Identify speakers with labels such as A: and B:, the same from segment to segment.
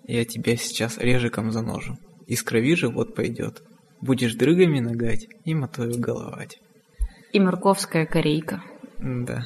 A: Я тебя сейчас режиком заножу. Из крови живот пойдет. Будешь дрыгами нагать и мотою головать.
B: И морковская корейка.
A: Да.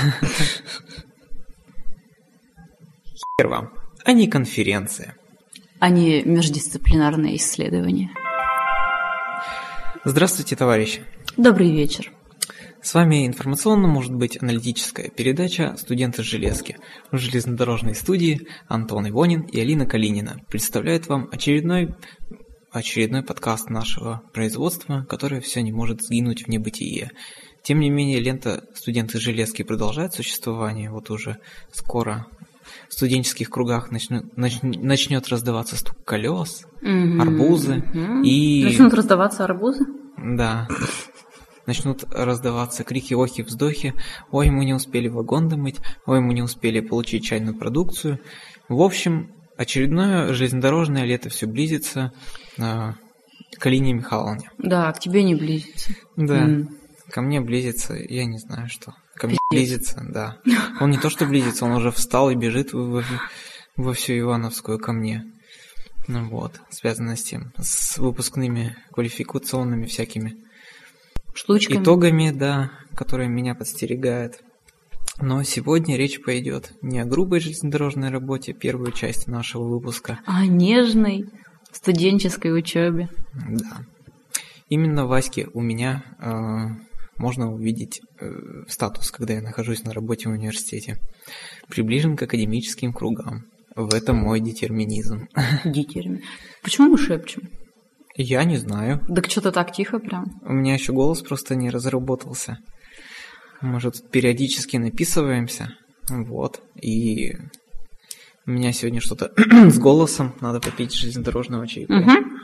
A: Хер вам, а не конференция.
B: А не междисциплинарное исследование.
A: Здравствуйте, товарищи.
B: Добрый вечер.
A: С вами информационно, может быть, аналитическая передача «Студенты железки». В железнодорожной студии Антон Ивонин и Алина Калинина представляют вам очередной подкаст нашего производства, которое все не может сгинуть в небытие. Тем не менее, лента «Студенты железки» продолжает существование. Вот уже скоро в студенческих кругах начнет раздаваться стук колес, арбузы и...
B: Начнут раздаваться арбузы?
A: Да. Начнут раздаваться крики, охи, вздохи. Ой, мы не успели вагон домыть. Ой, мы не успели получить чайную продукцию. В общем, очередное железнодорожное лето все близится к Алине Михайловне.
B: Да, к тебе не близится.
A: Да, ко мне близится, я не знаю что. Ко мне близится, да. Он не то что близится, он уже встал и бежит во всю Ивановскую ко мне. Ну вот, связано с тем, с выпускными квалификационными всякими
B: штучками.
A: Итогами, да, которые меня подстерегают. Но сегодня речь пойдет не о грубой железнодорожной работе, первую часть нашего выпуска,
B: а о нежной студенческой учебе.
A: Да. Именно в Ваське у меня можно увидеть статус, когда я нахожусь на работе в университете. Приближен к академическим кругам. В этом мой детерминизм.
B: Почему мы шепчем?
A: Я не знаю.
B: Так что-то так тихо прям.
A: У меня еще голос просто не разработался. Мы же тут периодически написываемся. Вот. И у меня сегодня что-то с голосом. Надо попить железнодорожного чайку.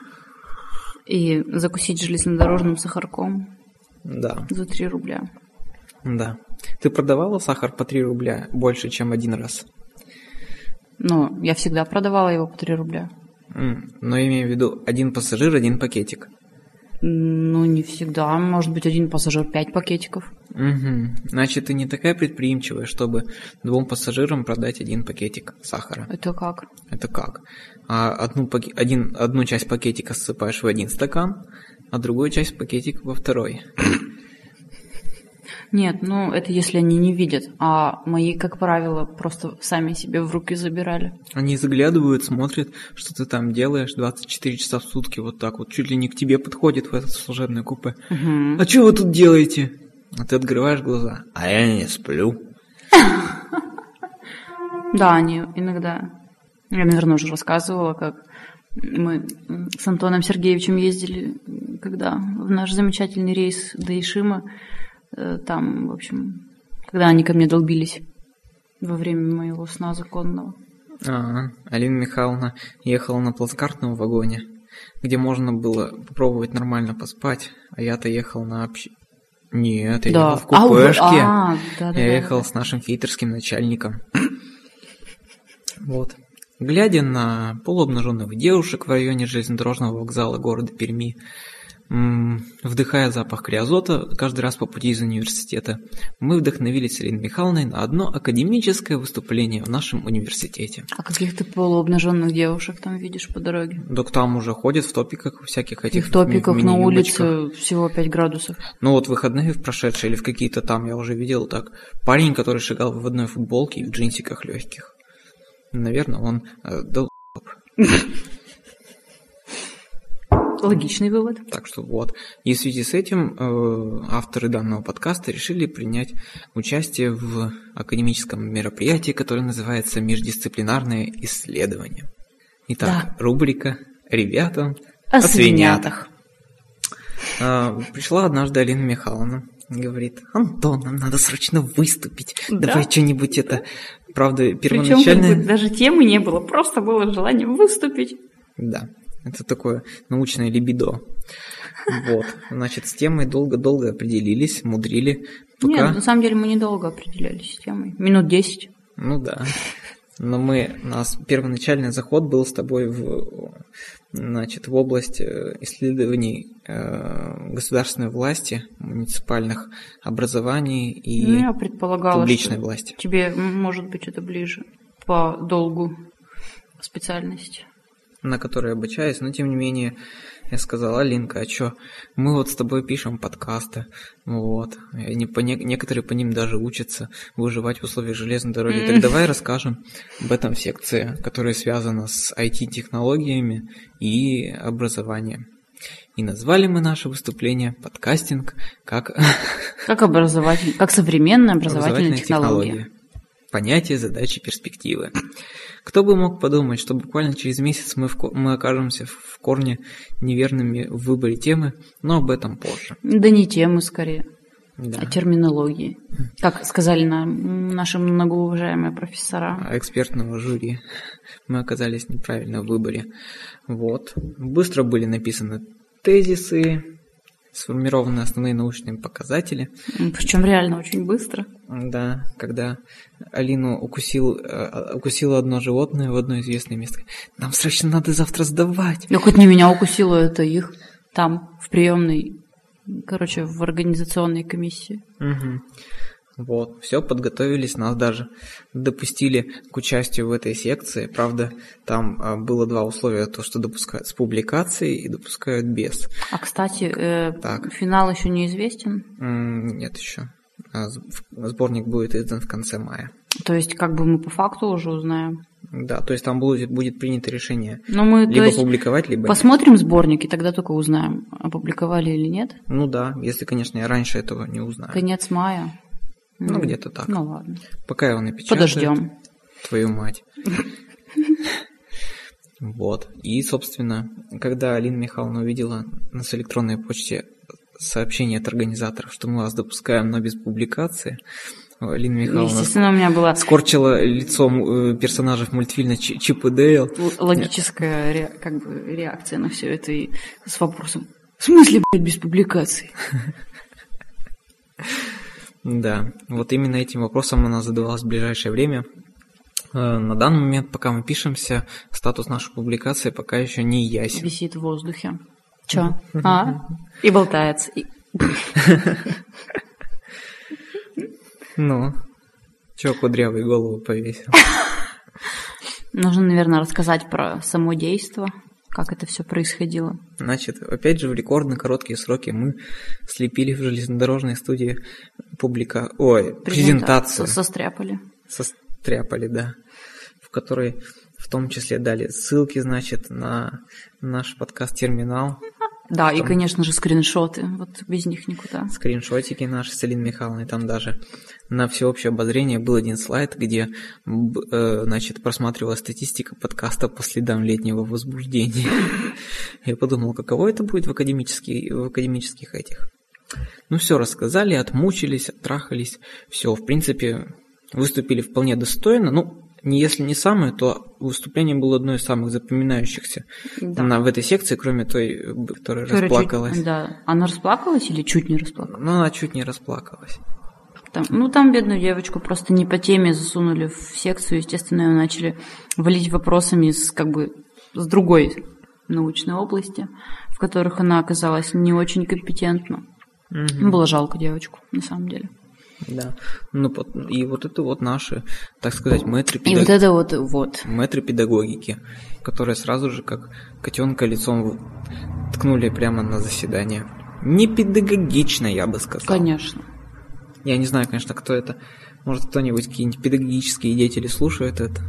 B: И закусить железнодорожным сахарком.
A: Да.
B: За 3 рубля.
A: Да. Ты продавала сахар по 3 рубля больше, чем один раз?
B: Ну, я всегда продавала его по 3 рубля.
A: Но имею в виду один пассажир, один пакетик.
B: Ну, не всегда. Может быть, один пассажир 5 пакетиков.
A: Значит, ты не такая предприимчивая, чтобы 2 пассажирам продать 1 пакетик сахара.
B: Это как?
A: Это как? Одну часть пакетика ссыпаешь в 1 стакан, а другую часть пакетика во 2.
B: Нет, ну это если они не видят, а мои, как правило, просто сами себе в руки забирали.
A: Они заглядывают, смотрят, что ты там делаешь 24 часа в сутки, вот так вот, чуть ли не к тебе подходит в это служебное купе. А что вы тут делаете? А ты открываешь глаза. А я не сплю.
B: Да, они иногда... Я, наверное, уже рассказывала, как мы с Антоном Сергеевичем ездили, когда в наш замечательный рейс до Ишима. Там, в общем, когда они ко мне долбились во время моего сна законного.
A: Алина Михайловна ехала на плацкартном вагоне, где можно было попробовать нормально поспать, а я-то ехал на Нет, я ехал в купешке. Я ехал с нашим фейтерским начальником. Вот. Глядя на полуобнаженных девушек в районе железнодорожного вокзала города Перми, вдыхая запах криозота каждый раз по пути из университета, мы вдохновились с Алиной Михайловной на одно академическое выступление в нашем университете. А
B: каких ты полуобнаженных девушек там видишь по дороге?
A: Так там уже ходят в топиках всяких этих.
B: В топиках на улице всего 5 градусов.
A: Ну вот выходные прошедшие или в какие-то там я уже видел так. Парень, который шагал в одной футболке и в джинсиках легких. Наверное, он
B: Логичный вывод.
A: Так что вот. И в связи с этим авторы данного подкаста решили принять участие в академическом мероприятии, которое называется «Междисциплинарное исследование». Итак, рубрика «Ребята о свинятах». Пришла однажды Алина Михайловна. Говорит: Антон, нам надо срочно выступить. Да? Давай что-нибудь это... Правда, первоначально...
B: Причем даже темы не было, просто было желание выступить.
A: Да. Это такое научное либидо. Вот. Значит, с темой долго-долго определились, мудрили. Пока...
B: Нет, на самом деле мы недолго определялись с темой. Минут 10.
A: Ну да. Но у нас первоначальный заход был с тобой в область исследований государственной власти, муниципальных образований и
B: я предполагала,
A: публичной власти.
B: Тебе, может быть, это ближе по долгу специальность.
A: На которой обучаюсь, но тем не менее я сказал: Алинка, а чё, мы вот с тобой пишем подкасты, вот, и некоторые по ним даже учатся выживать в условиях железной дороги, так давай расскажем об этом в секции, которая связана с IT-технологиями и образованием. И назвали мы наше выступление «Подкастинг» как
B: современная образовательная технология.
A: Понятие, задачи, перспективы. Кто бы мог подумать, что буквально через месяц мы окажемся в корне неверными в выборе темы, но об этом позже.
B: Да не темы, скорее,
A: да.
B: А терминологии. Как сказали нам наши многоуважаемые профессора.
A: Экспертного жюри. Мы оказались неправильно в выборе. Вот. Быстро были написаны тезисы, сформированы основные научные показатели.
B: Причем реально очень быстро.
A: Да, когда Алину укусило одно животное в одно известное место. Нам срочно надо завтра сдавать.
B: Ну, хоть не меня укусило, это их там, в приемной, в организационной комиссии.
A: Угу. Вот, все, подготовились, нас даже допустили к участию в этой секции. Правда, там было два условия: то, что допускают с публикацией и допускают без.
B: А, кстати, финал еще неизвестен?
A: Нет еще. Сборник будет издан в конце мая.
B: То есть, мы по факту уже узнаем?
A: Да, то есть там будет принято решение
B: либо
A: публиковать, либо
B: посмотрим сборник, и тогда только узнаем, опубликовали или нет.
A: Ну да, если, конечно, я раньше этого не узнаю.
B: Конец мая.
A: Ну, где-то так.
B: Ну, ладно.
A: Пока его напечатают.
B: Подождем.
A: Твою мать. Вот. И, собственно, когда Алина Михайловна увидела на электронной почте сообщение от организаторов, что мы вас допускаем, но без публикации, Алина Михайловна,
B: естественно, у меня была
A: скорчила лицом персонажей мультфильма Чип и Дейл.
B: Логическая реакция на все это и с вопросом: в смысле, без публикации?
A: Да, вот именно этим вопросом она задавалась в ближайшее время. На данный момент, пока мы пишемся, статус нашей публикации пока еще не ясен.
B: Висит в воздухе. Чё? И болтается.
A: Ну, чё кудрявый голову повесил?
B: Нужно, наверное, рассказать про само действо, как это все происходило.
A: Значит, опять же, в рекордно короткие сроки мы слепили в железнодорожной студии презентацию. Состряпали, да. В которой в том числе дали ссылки, значит, на наш подкаст-терминал.
B: Да, и, конечно же, скриншоты. Вот без них никуда.
A: Скриншотики наши с Алиной Михайловной. Там даже на всеобщее обозрение был один слайд, где, значит, просматривалась статистика подкаста по следам летнего возбуждения. Я подумал, каково это будет в академических этих. Ну, все рассказали, отмучились, оттрахались. Все, в принципе, выступили вполне достойно. Ну, если не самое, то выступление было одно из самых запоминающихся в этой секции, кроме той, которая расплакалась.
B: Да. Она расплакалась или чуть не расплакалась?
A: Ну, она чуть не расплакалась.
B: Там бедную девочку просто не по теме засунули в секцию, естественно, ее начали валить вопросами с другой научной области, в которых она оказалась не очень компетентна. Угу. Было жалко девочку, на самом деле.
A: Да, ну и вот это вот наши, так сказать, мэтры педагогики, которые сразу же как котенка лицом ткнули прямо на заседание. Не педагогично, я бы сказал.
B: Конечно.
A: Я не знаю, конечно, кто это. Может, кто-нибудь, какие-нибудь педагогические деятели слушают это.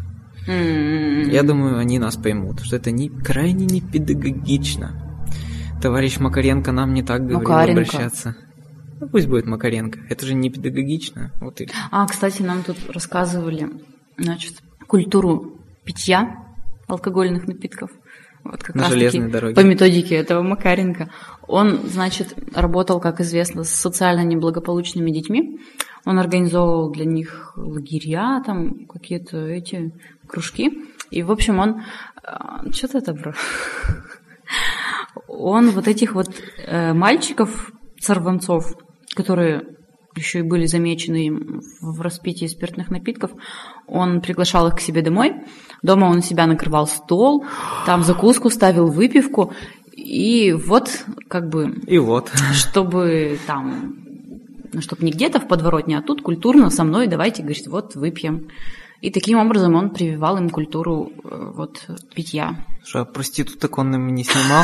A: Я думаю, они нас поймут, что это крайне не педагогично. Товарищ Макаренко нам не так говорил обращаться. Ну, пусть будет Макаренко. Это же не педагогично. Вот и...
B: Кстати, нам тут рассказывали, значит, культуру питья алкогольных напитков. Вот как
A: на железной дороге.
B: По методике этого Макаренко. Он, значит, работал, как известно, с социально неблагополучными детьми. Он организовывал для них лагеря, там какие-то эти кружки. И, в общем, он... Что-то это, бро? Он вот этих вот мальчиков, сорванцов, которые еще и были замечены им в распитии спиртных напитков, он приглашал их к себе домой. Дома он у себя накрывал стол, там закуску ставил, выпивку. И вот, чтобы там, чтобы не где-то в подворотне, а тут культурно со мной, давайте, говорит, вот выпьем. И таким образом он прививал им культуру вот питья.
A: Что, проституток он им не снимал?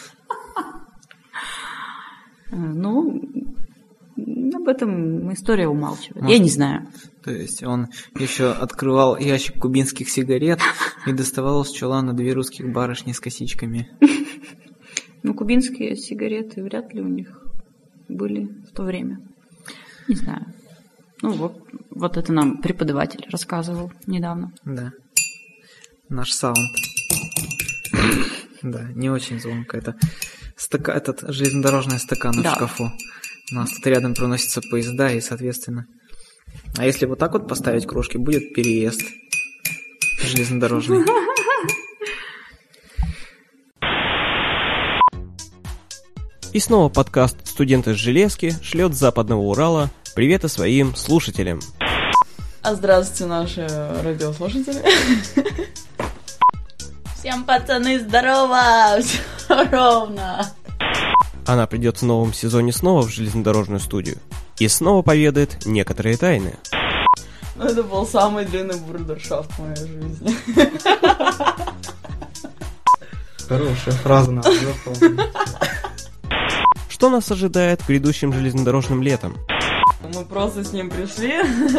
B: Ну, об этом история умалчивает. Я не знаю.
A: То есть он еще открывал ящик кубинских сигарет и доставал с чулана 2 русских барышни с косичками.
B: Ну, кубинские сигареты вряд ли у них были в то время. Не знаю. Ну, вот это нам преподаватель рассказывал недавно.
A: Да. Наш саунд. Да, не очень звонко. Это этот железнодорожный стакан в шкафу. У нас тут рядом проносятся поезда, и, соответственно... А если вот так вот поставить кружки, будет переезд железнодорожный.
C: И снова подкаст «Студенты с железки» шлет с Западного Урала приветы своим слушателям.
D: А здравствуйте, наши радиослушатели. Всем, пацаны, здорово! Все ровно!
C: Она придет в новом сезоне снова в железнодорожную студию и снова поведает некоторые тайны.
D: Ну, это был самый длинный бурдершафт в моей жизни.
A: Хорошая фраза на запомнить.
C: Что нас ожидает грядущим железнодорожным летом?
D: Мы просто с ним пришли.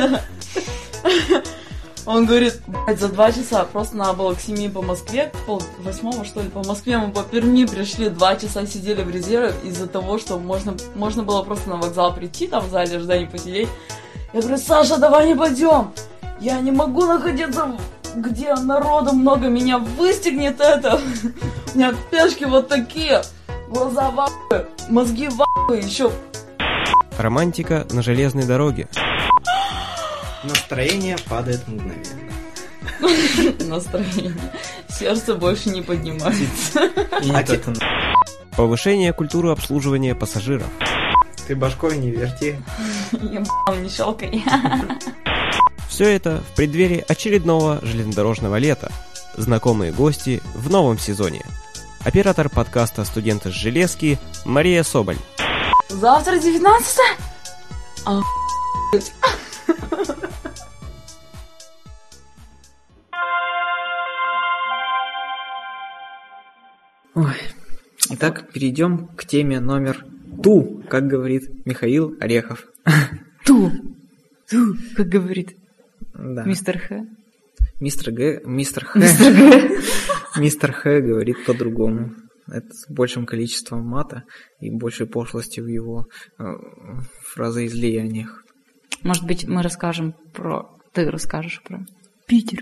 D: Он говорит, за 2 часа просто надо было к 7 по Москве, к 7:30, что ли, по Москве мы по Перми пришли, 2 часа сидели в резерве из-за того, что можно было просто на вокзал прийти, там в зале ожидания посидеть. Я говорю, Саша, давай не пойдем, я не могу находиться, где народу много, меня выстегнет это, у меня пешки вот такие, глаза в мозги в еще.
C: Романтика на железной дороге.
E: Настроение падает мгновенно.
D: Настроение. Сердце больше не поднимается.
C: Повышение культуры обслуживания пассажиров.
E: Ты башкой не верти.
D: Не щелкай.
C: Все это в преддверии очередного железнодорожного лета. Знакомые гости в новом сезоне. Оператор подкаста «Студенты с железки» Мария Соболь.
D: Завтра 19-е?
A: Ой. Итак, перейдем к теме номер ту, как говорит Михаил Орехов.
B: Ту, как говорит
A: Да.
B: мистер Х.
A: Мистер Х говорит по-другому. Это с большим количеством мата и большей пошлостью в его фразоизлияниях.
B: Может быть, мы расскажем про... Ты расскажешь про... Питер.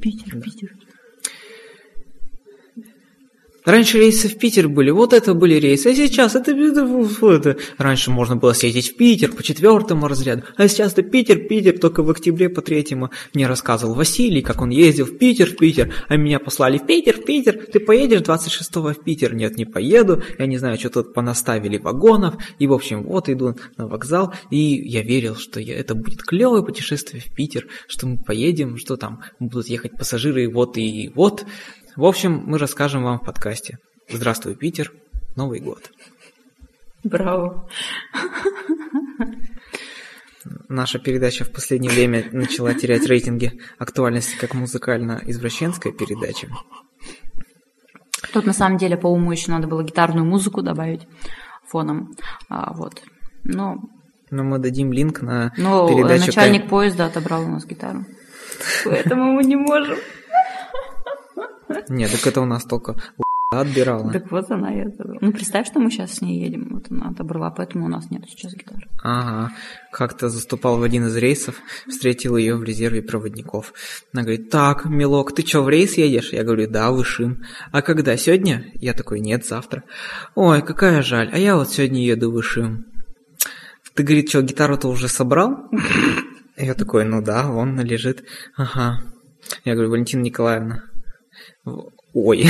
A: Раньше рейсы в Питер были, вот это были рейсы, а сейчас это... Раньше можно было съездить в Питер по 4-му разряду, а сейчас это Питер, только в октябре по 3-му. Мне рассказывал Василий, как он ездил в Питер, а меня послали в Питер, ты поедешь 26-го в Питер? Нет, не поеду, я не знаю, что тут понаставили вагонов, и в общем, вот иду на вокзал, и я верил, что это будет клевое путешествие в Питер, что мы поедем, что там будут ехать пассажиры, вот и вот. В общем, мы расскажем вам в подкасте. Здравствуй, Питер, Новый год.
B: Браво.
A: Наша передача в последнее время начала терять рейтинги актуальности как музыкально-извращенская передача.
B: Тут на самом деле по уму еще надо было гитарную музыку добавить фоном. Вот. Но
A: мы дадим линк на передачу.
B: Начальник поезда отобрал у нас гитару. Поэтому мы не можем.
A: Нет, так это у нас только отбирала.
B: Так вот она и отобрала. Ну, представь, что мы сейчас с ней едем. Вот она отобрала, поэтому у нас нет сейчас гитары.
A: Ага. Как-то заступал в один из рейсов, встретил ее в резерве проводников. Она говорит, так, милок, ты что, в рейс едешь? Я говорю, да, в Ишим. А когда, сегодня? Я такой, нет, завтра. Ой, какая жаль, а я вот сегодня еду в Ишим. Ты, говорит, что, гитару-то уже собрал? Я такой, ну да, вон лежит. Ага. Я говорю, Валентина Николаевна. Ой.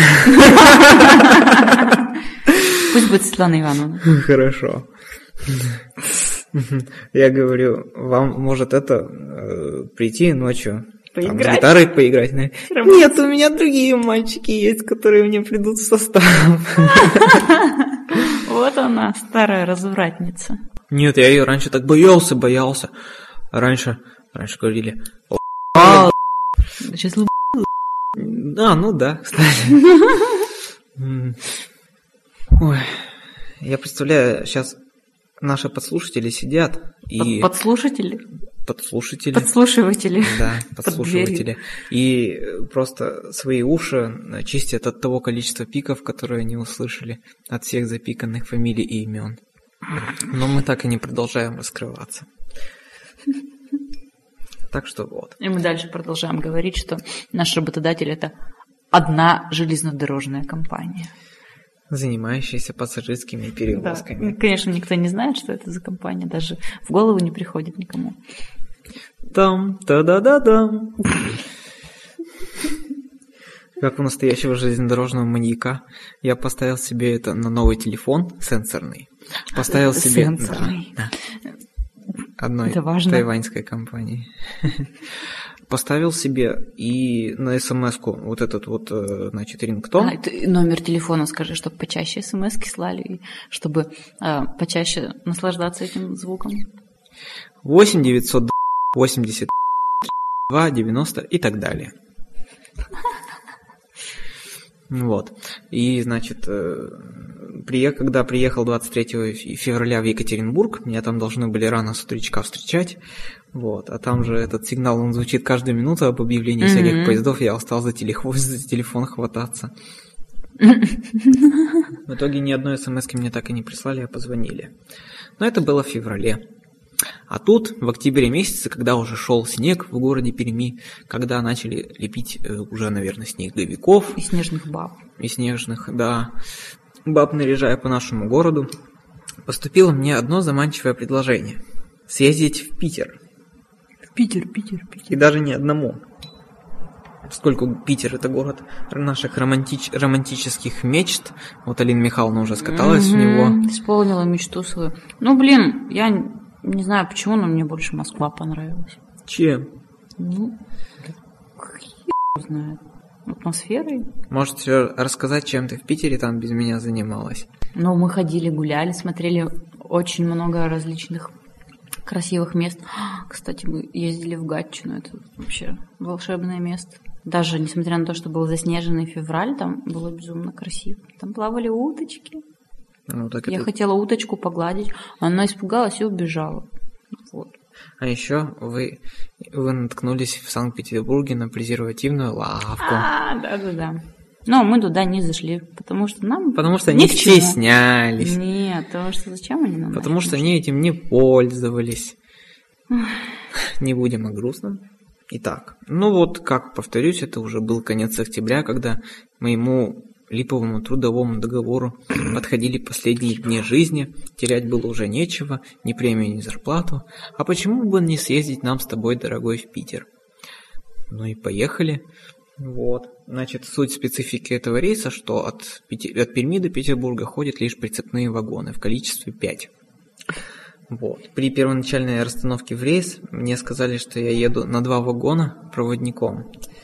B: Пусть будет Светлана Ивановна.
A: Хорошо. Я говорю, вам может прийти ночью
B: поиграть.
A: С гитарой поиграть? Нет, у меня другие мальчики есть, которые мне придут в состав.
B: Вот она, старая развратница.
A: Нет, я ее раньше так боялся. Раньше говорили,
B: Сейчас
A: Ну да, кстати. Ой, я представляю, сейчас наши подслушатели сидят и...
B: Подслушатели?
A: Подслушатели.
B: Подслушиватели.
A: Да, подслушиватели. И просто свои уши чистят от того количества пиков, которые они услышали от всех запиканных фамилий и имен. Но мы так и не продолжаем раскрываться. Так что вот.
B: И мы дальше продолжаем говорить, что наш работодатель – это одна железнодорожная компания.
A: Занимающаяся пассажирскими перевозками.
B: Да. Конечно, никто не знает, что это за компания, даже в голову не приходит никому.
A: Там-та-да-да-дам. Как у настоящего железнодорожного маньяка, я поставил себе это на новый телефон, сенсорный. Поставил себе...
B: Сенсорный.
A: Да. Одной тайваньской компании. Поставил себе и на смс-ку вот этот вот, значит, рингтон.
B: Ты номер телефона скажи, чтобы почаще смс-ки слали, чтобы почаще наслаждаться этим звуком.
A: 8 900 80 2 90 и так далее. Вот. И, значит, когда приехал 23 февраля в Екатеринбург, меня там должны были рано с утречка встречать. Вот. А там же этот сигнал, он звучит каждую минуту об объявлении всяких поездов. Я устал за телефон хвататься. В итоге ни одной смс-ки мне так и не прислали, а позвонили. Но это было в феврале. А тут, в октябре месяце, когда уже шел снег в городе Перми, когда начали лепить уже, наверное, снеговиков.
B: И снежных баб.
A: И снежных, да, баб, наряжая по нашему городу, поступило мне одно заманчивое предложение. Съездить в Питер.
B: В Питер.
A: И даже не одному. Поскольку Питер – это город наших романтических мечт. Вот Алина Михайловна уже скаталась в него.
B: Исполнила мечту свою. Ну, блин, я не знаю почему, но мне больше Москва понравилась.
A: Чем?
B: Ну, хер знает. Атмосферой.
A: Можете рассказать, чем ты в Питере там без меня занималась?
B: Ну, мы ходили, гуляли, смотрели очень много различных красивых мест. Кстати, мы ездили в Гатчину, это вообще волшебное место. Даже несмотря на то, что был заснеженный февраль, там было безумно красиво. Там плавали уточки.
A: Ну, так
B: Я
A: это...
B: хотела уточку погладить, она испугалась и убежала. Вот.
A: А еще вы наткнулись в Санкт-Петербурге на презервативную лавку.
B: Да. Но мы туда не зашли, потому что нам...
A: Потому что они стеснялись.
B: Нет, потому что зачем они нам?
A: Потому что они этим не пользовались. Не будем о грустном. Итак, ну вот, как повторюсь, это уже был конец октября, когда моему липовому трудовому договору подходили последние дни жизни, терять было уже нечего, ни премию, ни зарплату. А почему бы не съездить нам с тобой, дорогой, в Питер? Ну и поехали. Вот. Значит, суть специфики этого рейса, что от Перми до Петербурга ходят лишь прицепные вагоны в количестве 5. Вот. При первоначальной расстановке в рейс мне сказали, что я еду на 2 вагона проводником.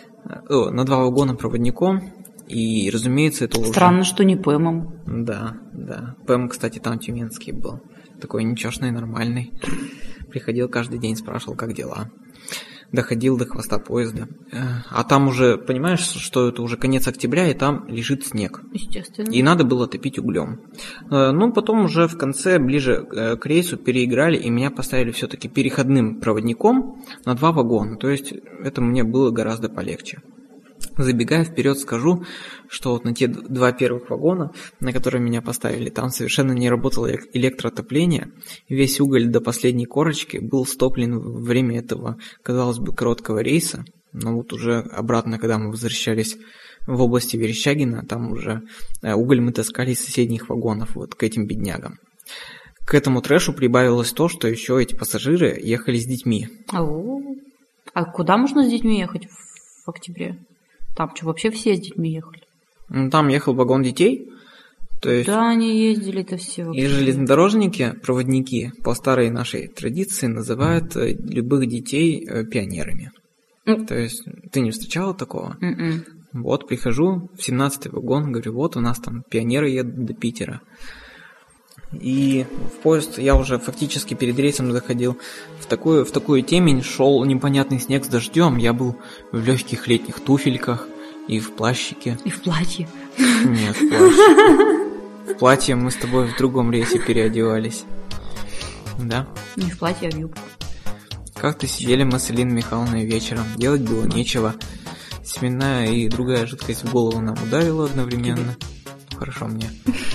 A: И, разумеется, это уже...
B: Странно, что не ПЭМом.
A: Да. ПЭМ, кстати, там тюменский был. Такой ничешный, нормальный. Приходил каждый день, спрашивал, как дела. Доходил до хвоста поезда. А там уже, понимаешь, что это уже конец октября, и там лежит снег.
B: Естественно.
A: И надо было топить углем. Ну, потом уже в конце, ближе к рейсу, переиграли, и меня поставили все-таки переходным проводником на 2 вагона. То есть, это мне было гораздо полегче. Забегая вперед, скажу, что вот на те 2 первых вагона, на которые меня поставили, там совершенно не работало электроотопление. Весь уголь до последней корочки был стоплен во время этого, казалось бы, короткого рейса. Но вот уже обратно, когда мы возвращались в области Верещагина, там уже уголь мы таскали из соседних вагонов, вот к этим беднягам. К этому трэшу прибавилось то, что еще эти пассажиры ехали с детьми.
B: А куда можно с детьми ехать в октябре? Там что, вообще все с детьми ехали?
A: Ну, там ехал вагон детей. То есть...
B: Да, они ездили-то все.
A: И железнодорожники, проводники, по старой нашей традиции, называют любых детей пионерами. То есть, ты не встречала такого? Вот, прихожу в 17-й вагон, говорю, вот у нас там пионеры едут до Питера. И в поезд я уже фактически перед рейсом заходил в такую темень, шел непонятный снег с дождем. Я был в легких летних туфельках и в плащике.
B: И в платье.
A: Нет, в плащике. В платье мы с тобой в другом рейсе переодевались. Да?
B: Не в платье, а в юбку.
A: Как-то сидели мы с Алиной Михайловной вечером. Делать было нечего. Семенная и другая жидкость в голову нам ударила одновременно. Хорошо мне.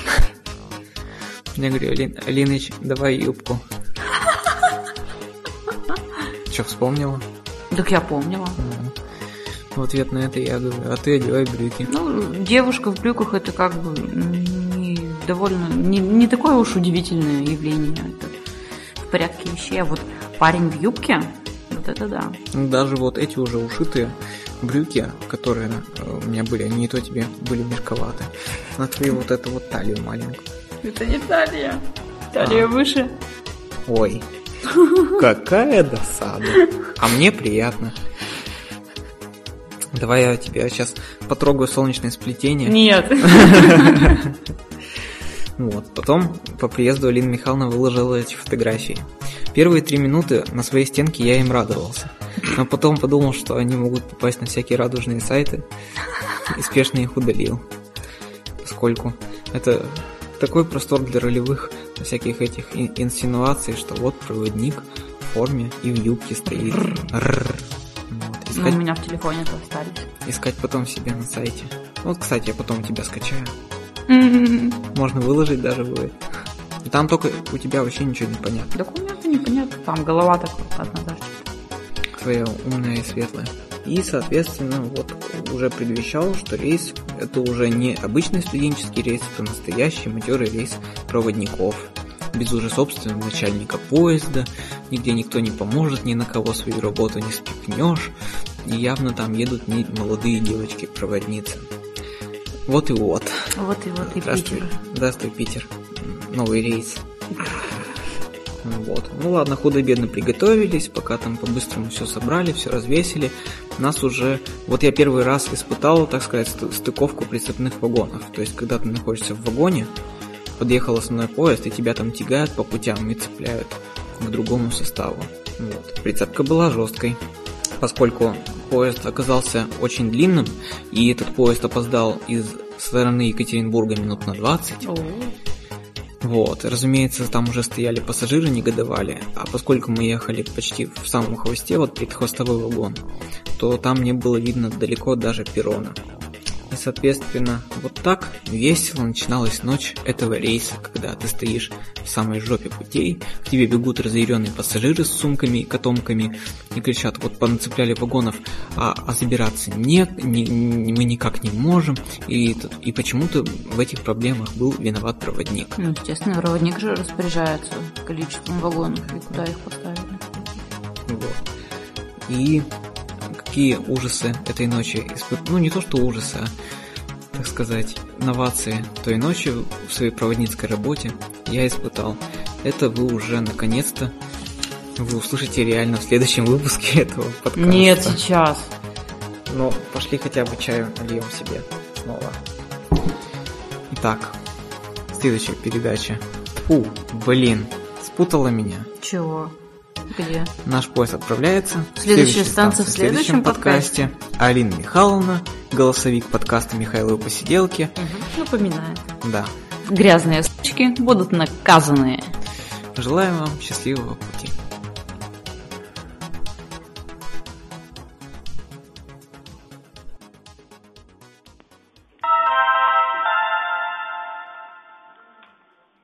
A: Я говорю: Алиныч, давай юбку. Что, вспомнила?
B: Так я помнила.
A: В ответ на это я говорю: а ты одевай брюки.
B: Ну, девушка в брюках — это как бы не такое уж удивительное явление. Это в порядке вещей. А вот парень в юбке, вот это да.
A: Даже вот эти уже ушитые брюки, которые у меня были, они и то тебе были мешковаты. Смотри, вот эту вот талию маленькую.
B: Это не талия. Талия выше.
A: Ой, какая досада. А мне приятно. Давай я тебя сейчас потрогаю солнечное сплетение.
B: Нет.
A: Вот. Потом по приезду Алина Михайловна выложила эти фотографии. Первые 3 минуты на своей стенке я им радовался. Но потом подумал, что они могут попасть на всякие радужные сайты, и спешно их удалил. Поскольку это такой простор для ролевых всяких этих инсинуаций, что вот проводник в форме и в юбке стоит. Вот. Искать...
B: У меня в телефоне это остались.
A: Искать потом себе на сайте. Вот, кстати, я потом тебя скачаю. Можно выложить даже будет. И там только у тебя вообще ничего не понятно.
B: Документы непонятно. Там голова такая однозначно.
A: Твоя умная и светлая. И, соответственно, вот уже предвещал, что рейс это уже не обычный студенческий рейс, это настоящий матерый рейс проводников. Без уже собственного начальника поезда, нигде никто не поможет, ни на кого свою работу не спихнешь. И явно там едут не молодые девочки-проводницы. Вот и вот.
B: Вот и вот, и Питер.
A: Здравствуй, Питер. Новый рейс. Вот. Ну ладно, худо-бедно приготовились, пока там по-быстрому все собрали, все развесили. Нас уже... Вот я первый раз испытал, так сказать, стыковку прицепных вагонов. То есть, когда ты находишься в вагоне, подъехал основной поезд, и тебя там тягают по путям и цепляют к другому составу. Вот. Прицепка была жесткой, поскольку поезд оказался очень длинным, и этот поезд опоздал из стороны Екатеринбурга минут на 20. Вот, разумеется, там уже стояли пассажиры, негодовали, а поскольку мы ехали почти в самом хвосте, вот предхвостовой вагон, то там не было видно далеко даже перрона. И, соответственно, вот так весело начиналась ночь этого рейса, когда ты стоишь в самой жопе путей, к тебе бегут разъяренные пассажиры с сумками и котомками и кричат: вот понацепляли вагонов, а забираться мы никак не можем, и почему-то в этих проблемах был виноват проводник.
B: Ну, естественно, проводник же распоряжается количеством вагонов и куда их поставили.
A: Вот. И... какие ужасы этой ночи ну не то что ужасы, а, так сказать, новации той ночи в своей проводницкой работе я испытал. Это вы уже наконец-то вы услышите реально в следующем выпуске этого подкаста.
B: Нет, сейчас.
A: Ну, пошли хотя бы чаю нальем себе снова. Итак, следующая передача. Фу, блин, спутала меня.
B: Чего? Где?
A: Наш поезд отправляется.
B: Следующая станция в следующем подкасте.
A: Алина Михайловна, голосовик подкаста «Михайловы посиделки».
B: Напоминает.
A: Да.
B: Грязные сучки будут наказаны.
A: Желаем вам счастливого